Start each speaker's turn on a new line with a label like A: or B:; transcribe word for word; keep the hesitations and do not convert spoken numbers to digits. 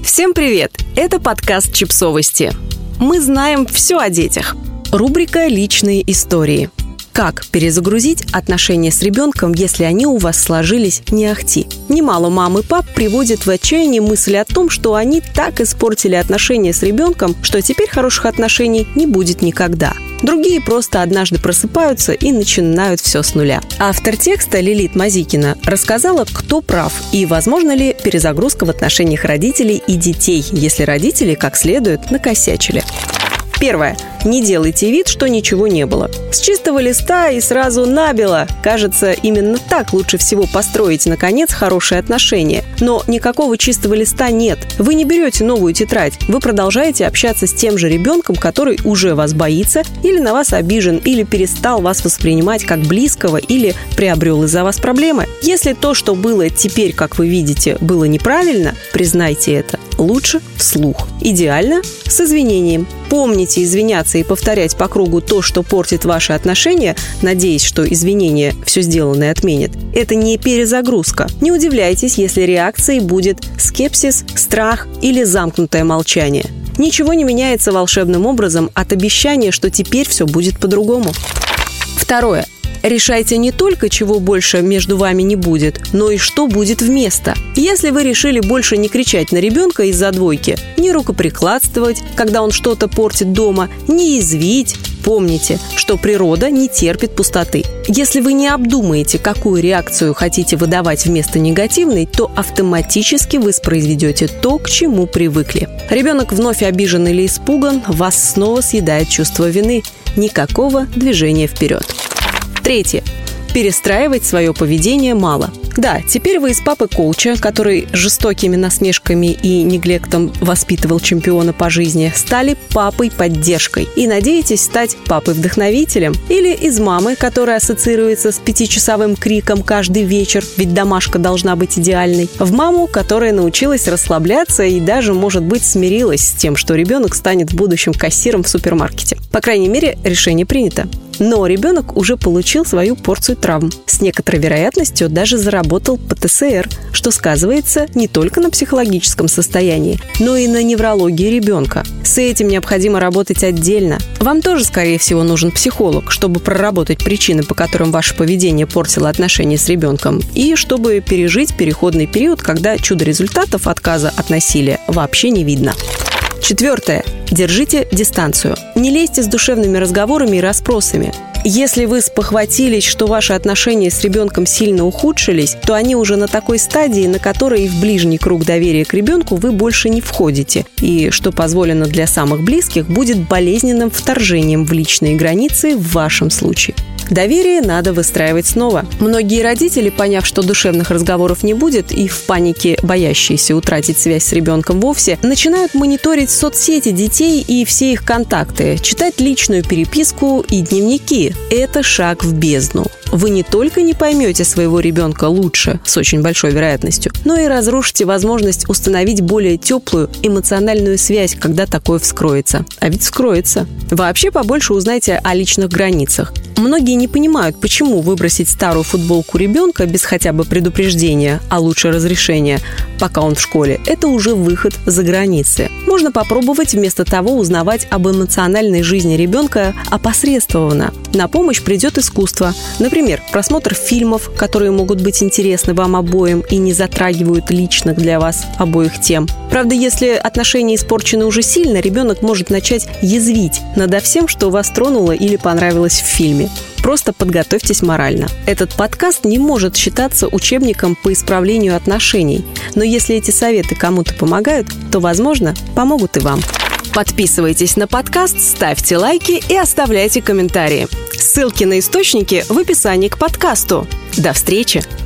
A: Всем привет! Это подкаст «Чипсовости». Мы знаем все о детях. Рубрика «Личные истории». Как перезагрузить отношения с ребенком, если они у вас сложились не ахти? Немало мам и пап приводят в отчаяние мысли о том, что они так испортили отношения с ребенком, что теперь хороших отношений не будет никогда. Другие просто однажды просыпаются и начинают все с нуля. Автор текста Лилит Мазикина рассказала, кто прав и возможно ли перезагрузка в отношениях родителей и детей, если родители как следует накосячили. Первое. Не делайте вид, что ничего не было. С чистого листа и сразу набело. Кажется, именно так лучше всего построить, наконец, хорошие отношения. Но никакого чистого листа нет. Вы не берете новую тетрадь. Вы продолжаете общаться с тем же ребенком, который уже вас боится, или на вас обижен, или перестал вас воспринимать как близкого, или приобрел из-за вас проблемы. Если то, что было теперь, как вы видите, было неправильно, признайте это. Лучше вслух. Идеально с извинением. Помните извиняться и повторять по кругу то, что портит ваши отношения, надеясь, что извинения все сделанное отменят. Это не перезагрузка. Не удивляйтесь, если реакцией будет скепсис, страх или замкнутое молчание. Ничего не меняется волшебным образом от обещания, что теперь все будет по-другому. Второе. Решайте не только, чего больше между вами не будет, но и что будет вместо. Если вы решили больше не кричать на ребенка из-за двойки, не рукоприкладствовать, когда он что-то портит дома, не язвить, помните, что природа не терпит пустоты. Если вы не обдумаете, какую реакцию хотите выдавать вместо негативной, то автоматически воспроизведете то, к чему привыкли. Ребенок вновь обижен или испуган, вас снова съедает чувство вины. Никакого движения вперед. Третье. Перестраивать свое поведение мало. Да, теперь вы из папы-коуча, который жестокими насмешками и неглектом воспитывал чемпиона по жизни, стали папой-поддержкой и надеетесь стать папой-вдохновителем. Или из мамы, которая ассоциируется с пятичасовым криком каждый вечер, ведь домашка должна быть идеальной, в маму, которая научилась расслабляться и даже, может быть, смирилась с тем, что ребенок станет в будущем кассиром в супермаркете. По крайней мере, решение принято. Но ребенок уже получил свою порцию травм. С некоторой вероятностью даже заработал пэ тэ эс эр, что сказывается не только на психологическом состоянии, но и на неврологии ребенка. С этим необходимо работать отдельно. Вам тоже, скорее всего, нужен психолог, чтобы проработать причины, по которым ваше поведение портило отношения с ребенком, и чтобы пережить переходный период, когда чудо результатов отказа от насилия вообще не видно. Четвертое. Держите дистанцию. Не лезьте с душевными разговорами и расспросами. Если вы спохватились, что ваши отношения с ребенком сильно ухудшились, то они уже на такой стадии, на которой в ближний круг доверия к ребенку вы больше не входите. И, что позволено для самых близких, будет болезненным вторжением в личные границы в вашем случае. Доверие надо выстраивать снова. Многие родители, поняв, что душевных разговоров не будет и в панике боящиеся утратить связь с ребенком вовсе, начинают мониторить соцсети детей и все их контакты, читать личную переписку и дневники. Это шаг в бездну. Вы не только не поймете своего ребенка лучше, с очень большой вероятностью, но и разрушите возможность установить более теплую эмоциональную связь, когда такое вскроется. А ведь вскроется. Вообще побольше узнайте о личных границах. Многие не понимают, почему выбросить старую футболку ребенка без хотя бы предупреждения, а лучше разрешения, пока он в школе, это уже выход за границы. Можно попробовать вместо того узнавать об эмоциональной жизни ребенка опосредствованно. На помощь придет искусство. Например, просмотр фильмов, которые могут быть интересны вам обоим и не затрагивают личных для вас обоих тем. Правда, если отношения испорчены уже сильно, ребенок может начать язвить надо всем, что вас тронуло или понравилось в фильме. Просто подготовьтесь морально. Этот подкаст не может считаться учебником по исправлению отношений, но если эти советы кому-то помогают, то, возможно, помогут и вам. Подписывайтесь на подкаст, ставьте лайки и оставляйте комментарии. Ссылки на источники в описании к подкасту. До встречи!